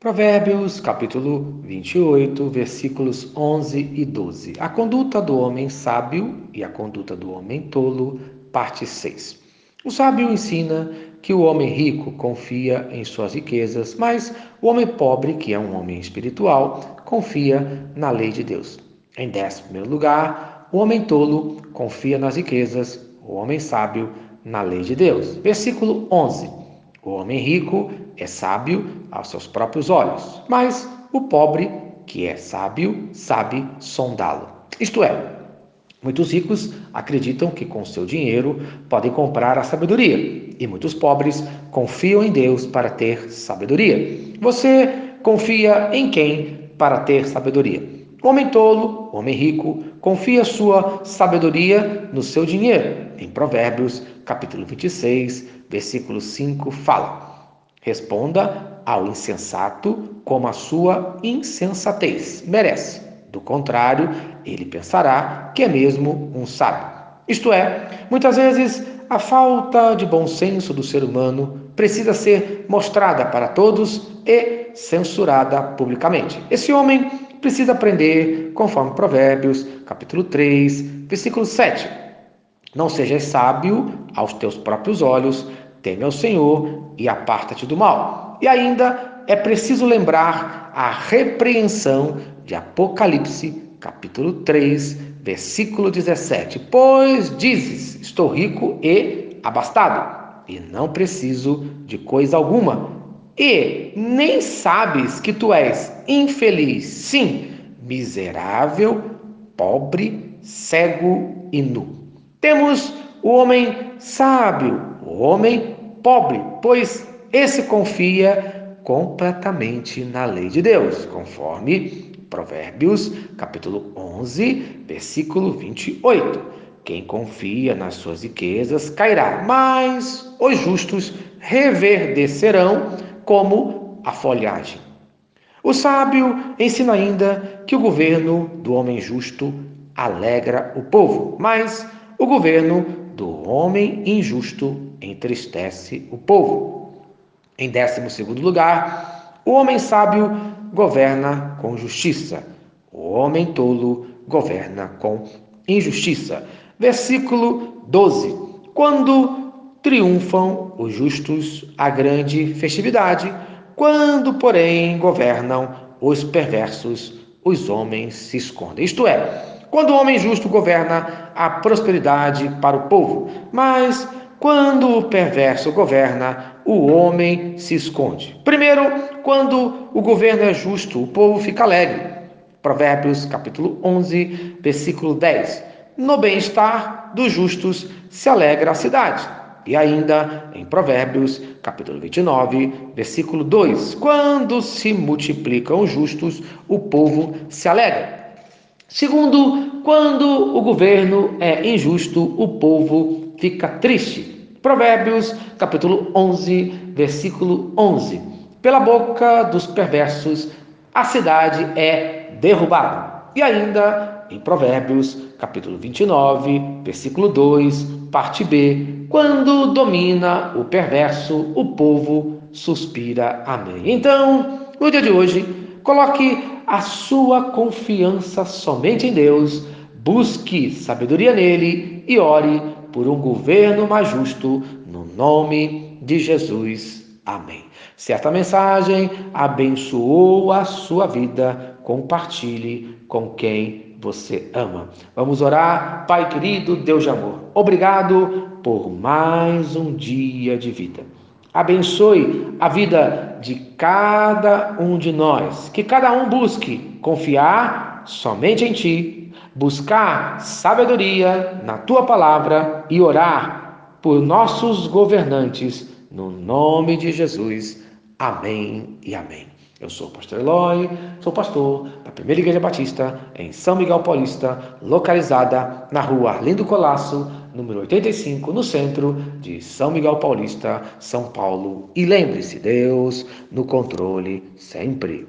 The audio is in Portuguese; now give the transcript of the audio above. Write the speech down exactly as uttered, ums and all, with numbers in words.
Provérbios, capítulo vinte e oito, versículos onze e doze. A conduta do homem sábio e a conduta do homem tolo, parte seis. O sábio ensina que o homem rico confia em suas riquezas, mas o homem pobre, que é um homem espiritual, confia na lei de Deus. Em décimo primeiro lugar, o homem tolo confia nas riquezas, o homem sábio na lei de Deus. Versículo onze. O homem rico é sábio aos seus próprios olhos, mas o pobre, que é sábio, sabe sondá-lo. Isto é, muitos ricos acreditam que com seu dinheiro podem comprar a sabedoria, e muitos pobres confiam em Deus para ter sabedoria. Você confia em quem para ter sabedoria? O homem tolo, o homem rico, confia sua sabedoria no seu dinheiro. Em Provérbios, capítulo vinte e seis, versículo cinco, fala: responda ao insensato como a sua insensatez merece. Do contrário, ele pensará que é mesmo um sábio. Isto é, muitas vezes a falta de bom senso do ser humano precisa ser mostrada para todos e censurada publicamente. Esse homem precisa aprender, conforme Provérbios, capítulo três, versículo sete. Não sejas sábio aos teus próprios olhos, teme ao Senhor e aparta-te do mal. E ainda é preciso lembrar a repreensão de Apocalipse, capítulo três, versículo dezessete. Pois dizes, estou rico e abastado, e não preciso de coisa alguma. E nem sabes que tu és infeliz, sim, miserável, pobre, cego e nu. Temos o homem sábio, o homem pobre, pois esse confia completamente na lei de Deus, conforme Provérbios, capítulo onze, versículo vinte e oito. Quem confia nas suas riquezas cairá, mas os justos reverdecerão como a folhagem. O sábio ensina ainda que o governo do homem justo alegra o povo, mas o governo do homem injusto entristece o povo. Em décimo segundo lugar, o homem sábio governa com justiça, o homem tolo governa com injustiça. Versículo doze. Quando triunfam os justos, a grande festividade. Quando, porém, governam os perversos, os homens se escondem. Isto é, quando o homem justo governa, há prosperidade para o povo, mas quando o perverso governa, o homem se esconde. Primeiro, quando o governo é justo, o povo fica alegre. Provérbios, capítulo onze, versículo dez. No bem-estar dos justos se alegra a cidade. E ainda em Provérbios, capítulo vinte e nove, versículo dois. Quando se multiplicam os justos, o povo se alegra. Segundo, quando o governo é injusto, o povo fica triste. Provérbios, capítulo onze, versículo onze. Pela boca dos perversos, a cidade é derrubada. E ainda em Provérbios, capítulo vinte e nove, versículo dois, parte B. Quando domina o perverso, o povo suspira. Amém. Então, no dia de hoje, coloque a sua confiança somente em Deus, busque sabedoria nele e ore por um governo mais justo, no nome de Jesus. Amém. Se esta mensagem abençoou a sua vida, compartilhe com quem você ama. Vamos orar. Pai querido, Deus de amor, obrigado por mais um dia de vida. Abençoe a vida de cada um de nós, que cada um busque confiar somente em Ti, buscar sabedoria na Tua palavra e orar por nossos governantes, no nome de Jesus. Amém e amém. Eu sou o pastor Eloy, sou pastor da Primeira Igreja Batista em São Miguel Paulista, localizada na rua Arlindo Colasso, número oitenta e cinco, no centro de São Miguel Paulista, São Paulo. E lembre-se, Deus no controle sempre.